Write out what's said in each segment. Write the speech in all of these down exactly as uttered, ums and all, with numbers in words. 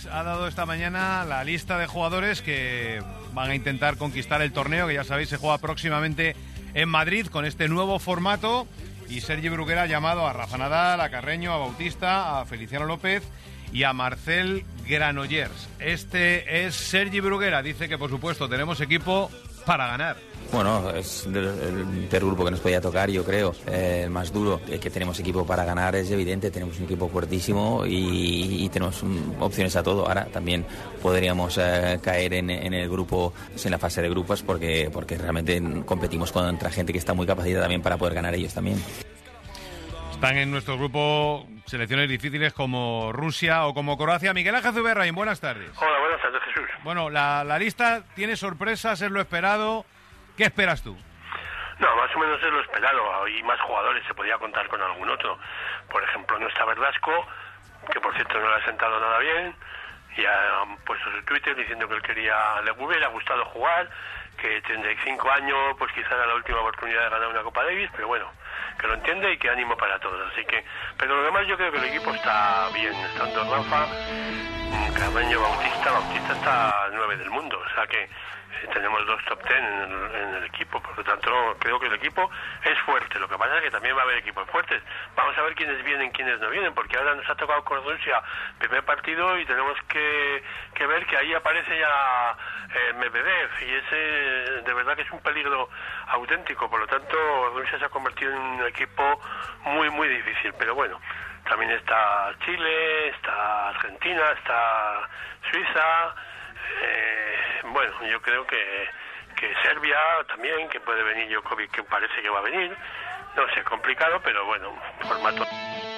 Athletes ha dado esta mañana la lista de jugadores que van a intentar conquistar el torneo, que ya sabéis se juega próximamente en Madrid con este nuevo formato, y Sergi Bruguera ha llamado a Rafa Nadal, a Carreño, a Bautista, a Feliciano López y a Marcel Granollers. Este es Sergi Bruguera, dice que por supuesto tenemos equipo para ganar. Bueno, es el, el peor grupo que nos podía tocar, yo creo, eh, el más duro. El que tenemos equipo para ganar es evidente, tenemos un equipo fuertísimo y, y tenemos um, opciones a todo. Ahora también podríamos eh, caer en, en el grupo, en la fase de grupos, porque, porque realmente competimos contra gente que está muy capacitada también para poder ganar ellos también. Están en nuestro grupo selecciones difíciles como Rusia o como Croacia. Miguel Ángel Zuberrain, buenas tardes. Hola, buenas tardes, Jesús. Bueno, la, la lista tiene sorpresas, es lo esperado. ¿Qué esperas tú? No, más o menos es lo esperado. Hay más jugadores, se podía contar con algún otro. Por ejemplo, no está Verdasco, que por cierto no le ha sentado nada bien. Y ha puesto su Twitter diciendo que él quería, le hubiera gustado jugar, que treinta y cinco años, pues quizá era la última oportunidad de ganar una Copa Davis, pero bueno, que lo entiende y que ánimo para todos. Así que, pero lo demás yo creo que el equipo está bien, estando Rafa, Carreño, Bautista, Bautista está al nueve del mundo, o sea que eh, tenemos dos top ten en el, en el equipo, por lo tanto creo que el equipo es fuerte. Lo que pasa es que también va a haber equipos fuertes. Vamos a ver quiénes vienen, quiénes no vienen, porque ahora nos ha tocado con Rusia primer partido y tenemos que, que ver que ahí aparece ya eh, Medvedev, y ese de verdad que es un peligro auténtico. Por lo tanto Rusia se ha convertido en un equipo muy muy difícil, pero bueno, también está Chile, está Argentina, está Suiza, eh, bueno, yo creo que, que Serbia también, que puede venir Djokovic, que parece que va a venir, no sé, complicado, pero bueno, formato.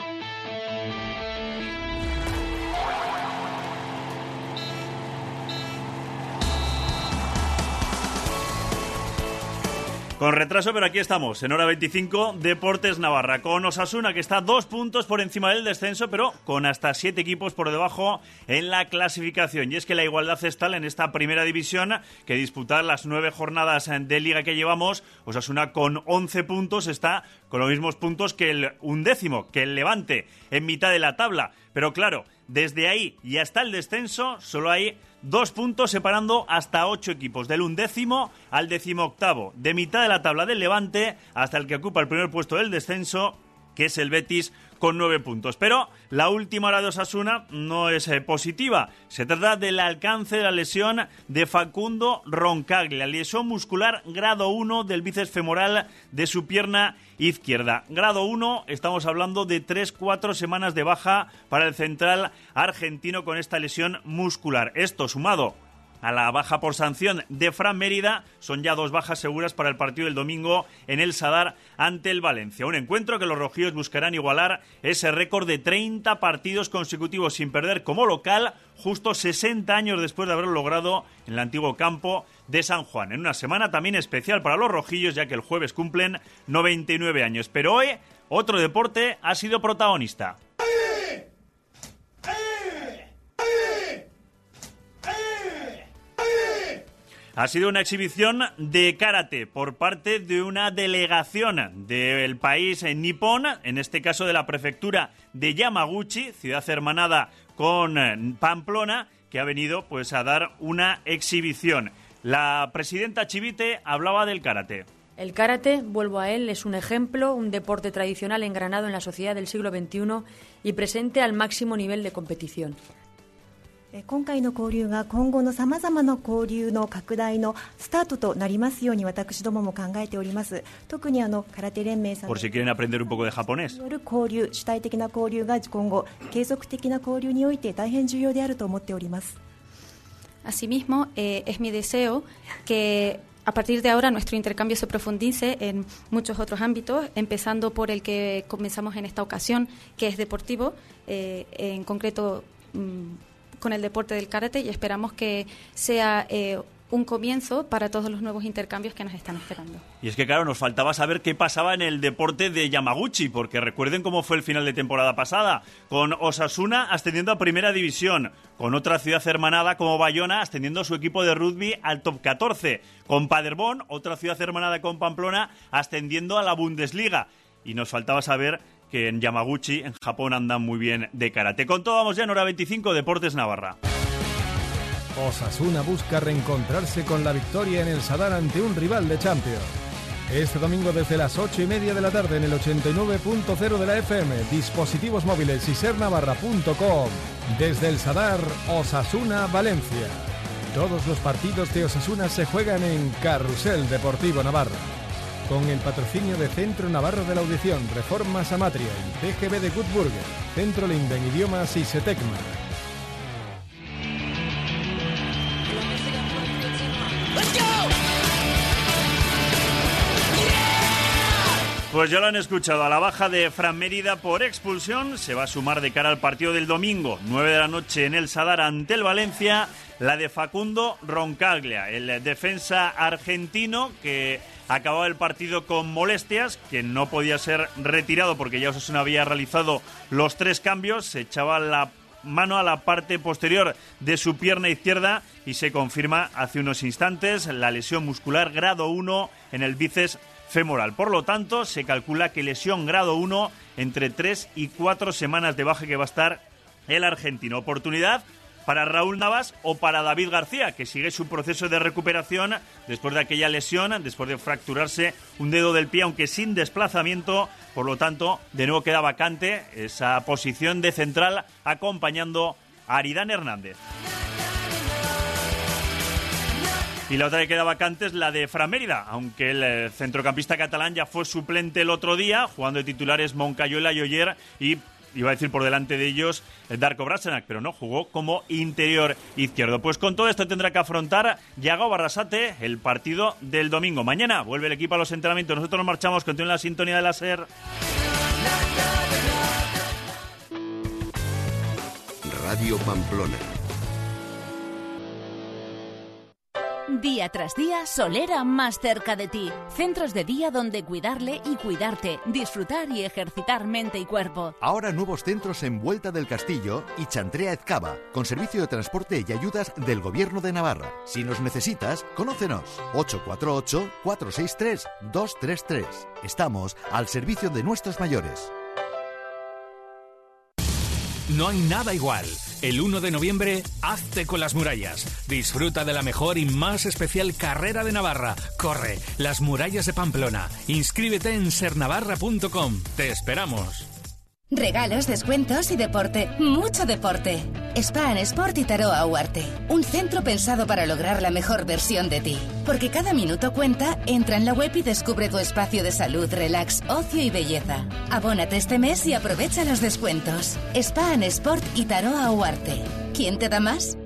Con retraso, pero aquí estamos, en hora veinticinco, Deportes Navarra, con Osasuna, que está dos puntos por encima del descenso, pero con hasta siete equipos por debajo en la clasificación. Y es que la igualdad es tal en esta primera división que disputar las nueve jornadas de liga que llevamos, Osasuna con once puntos está con los mismos puntos que el undécimo, que el Levante, en mitad de la tabla. Pero claro, desde ahí y hasta el descenso solo hay dos puntos separando hasta ocho equipos, del undécimo al decimoctavo, de mitad de la tabla del Levante hasta el que ocupa el primer puesto del descenso, que es el Betis, con nueve puntos. Pero la última hora de Osasuna no es eh, positiva. Se trata del alcance de la lesión de Facundo Roncaglia, lesión muscular grado uno del bíceps femoral de su pierna izquierda. Grado uno, estamos hablando de tres cuatro semanas de baja para el central argentino con esta lesión muscular. Esto sumado a la baja por sanción de Fran Mérida, son ya dos bajas seguras para el partido del domingo en el Sadar ante el Valencia. Un encuentro que los rojillos buscarán igualar ese récord de treinta partidos consecutivos sin perder como local, justo sesenta años después de haberlo logrado en el antiguo campo de San Juan. En una semana también especial para los rojillos, ya que el jueves cumplen noventa y nueve años. Pero hoy otro deporte ha sido protagonista. Ha sido una exhibición de karate por parte de una delegación del país nipón, en este caso de la prefectura de Yamaguchi, ciudad hermanada con Pamplona, que ha venido pues a dar una exhibición. La presidenta Chivite hablaba del karate. El karate, vuelvo a él, es un ejemplo, un deporte tradicional engranado en la sociedad del siglo veintiuno y presente al máximo nivel de competición. 今回の交流が今後のさまざまな交流の拡大のスタートとなりますように私どもも考えております。特にあの空手連盟さん Por si quieren aprender un poco de japonés. による交流、主体的な交流が今後継続的な交流において大変重要であると思っております。 Asimismo, eh, es mi deseo que a partir de ahora nuestro intercambio se profundice en muchos otros ámbitos, empezando por el que comenzamos en esta ocasión, que es deportivo, eh, en concreto mmm, con el deporte del karate, y esperamos que sea eh, un comienzo para todos los nuevos intercambios que nos están esperando. Y es que claro, nos faltaba saber qué pasaba en el deporte de Yamaguchi, porque recuerden cómo fue el final de temporada pasada, con Osasuna ascendiendo a Primera División, con otra ciudad hermanada como Bayona ascendiendo a su equipo de rugby al top catorce, con Paderborn, otra ciudad hermanada con Pamplona, ascendiendo a la Bundesliga. Y nos faltaba saber que en Yamaguchi, en Japón, andan muy bien de karate. Con todo, vamos ya en hora veinticinco, Deportes Navarra. Osasuna busca reencontrarse con la victoria en el Sadar ante un rival de Champions. Este domingo desde las ocho y media de la tarde en el ochenta y nueve punto cero de la F M, dispositivos móviles y ser navarra punto com. Desde el Sadar, Osasuna, Valencia. Todos los partidos de Osasuna se juegan en Carrusel Deportivo Navarra. Con el patrocinio de Centro Navarro de la Audición, Reformas Amatria y T G B de Good Burger, Centro Linden Idiomas y Setecma. Pues ya lo han escuchado, a la baja de Fran Mérida por expulsión se va a sumar de cara al partido del domingo, nueve de la noche en el Sadar ante el Valencia, la de Facundo Roncaglia, el defensa argentino que acababa el partido con molestias, que no podía ser retirado porque ya Osasuna había realizado los tres cambios, se echaba la mano a la parte posterior de su pierna izquierda y se confirma hace unos instantes la lesión muscular grado uno en el bíceps femoral. Por lo tanto, se calcula que lesión grado uno entre tres y cuatro semanas de baja que va a estar el argentino. Oportunidad para Raúl Navas o para David García, que sigue su proceso de recuperación después de aquella lesión, después de fracturarse un dedo del pie, aunque sin desplazamiento. Por lo tanto, de nuevo queda vacante esa posición de central acompañando a Aridane Hernández. Y la otra que queda vacante es la de Fran Mérida, aunque el centrocampista catalán ya fue suplente el otro día, jugando de titulares Moncayola y Oyer, y iba a decir por delante de ellos Darko Brassenac, pero no, jugó como interior izquierdo. Pues con todo esto tendrá que afrontar Yago Barrasate el partido del domingo. Mañana vuelve el equipo a los entrenamientos, nosotros nos marchamos, continúa la sintonía de la SER. Radio Pamplona. Día tras día, Solera más cerca de ti. Centros de día donde cuidarle y cuidarte, disfrutar y ejercitar mente y cuerpo. Ahora nuevos centros en Vuelta del Castillo y Chantrea Ezcaba, con servicio de transporte y ayudas del Gobierno de Navarra. Si nos necesitas, conócenos. ocho cuatro ocho, cuatro seis tres, dos tres tres. Estamos al servicio de nuestros mayores. No hay nada igual. El uno de noviembre, hazte con las murallas. Disfruta de la mejor y más especial carrera de Navarra. Corre, las murallas de Pamplona. Inscríbete en ser navarra punto com. Te esperamos. Regalos, descuentos y deporte. Mucho deporte. Spa and Sport y Taroa Huarte. Un centro pensado para lograr la mejor versión de ti. Porque cada minuto cuenta, entra en la web y descubre tu espacio de salud, relax, ocio y belleza. Abónate este mes y aprovecha los descuentos. Spa and Sport y Taroa Huarte. ¿Quién te da más?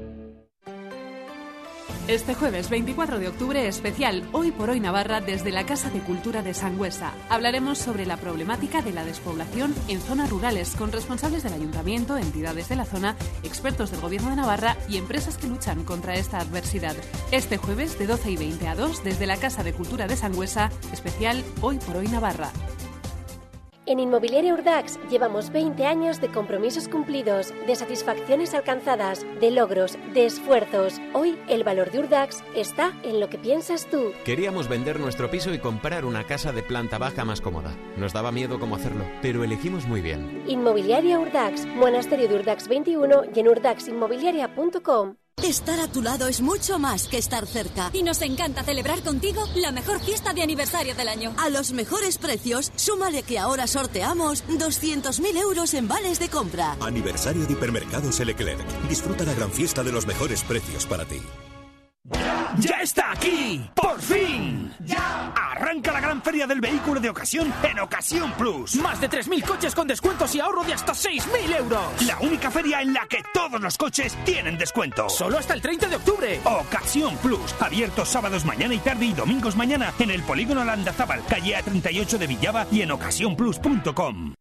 Este jueves veinticuatro de octubre, especial Hoy por Hoy Navarra desde la Casa de Cultura de Sangüesa. Hablaremos sobre la problemática de la despoblación en zonas rurales con responsables del ayuntamiento, entidades de la zona, expertos del Gobierno de Navarra y empresas que luchan contra esta adversidad. Este jueves de doce y veinte a dos desde la Casa de Cultura de Sangüesa, especial Hoy por Hoy Navarra. En Inmobiliaria Urdax llevamos veinte años de compromisos cumplidos, de satisfacciones alcanzadas, de logros, de esfuerzos. Hoy el valor de Urdax está en lo que piensas tú. Queríamos vender nuestro piso y comprar una casa de planta baja más cómoda. Nos daba miedo cómo hacerlo, pero elegimos muy bien. Inmobiliaria Urdax, Monasterio de Urdax veintiuno y en urdax inmobiliaria punto com. Estar a tu lado es mucho más que estar cerca. Y nos encanta celebrar contigo la mejor fiesta de aniversario del año. A los mejores precios, súmale que ahora sorteamos doscientos mil euros en vales de compra. Aniversario de Hipermercados Leclerc. Disfruta la gran fiesta de los mejores precios para ti. ¡Ya está aquí! ¡Por fin! ¡Ya! Arranca la gran feria del vehículo de ocasión en Ocasión Plus. Más de tres mil coches con descuentos y ahorro de hasta seis mil euros. La única feria en la que todos los coches tienen descuento. Solo hasta el treinta de octubre. Ocasión Plus. Abiertos sábados mañana y tarde y domingos mañana en el Polígono Landazábal, calle A treinta y ocho de Villava y en ocasión plus punto com.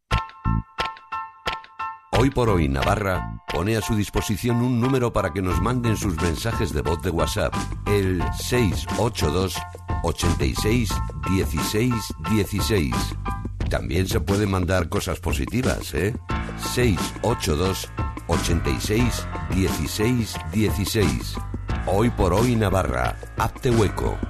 Hoy por Hoy Navarra pone a su disposición un número para que nos manden sus mensajes de voz de WhatsApp, el seis ocho dos, ochenta y seis, dieciséis dieciséis. También se pueden mandar cosas positivas, ¿eh? seis ocho dos, ochenta y seis, dieciséis dieciséis. Hoy por Hoy Navarra, hazte hueco.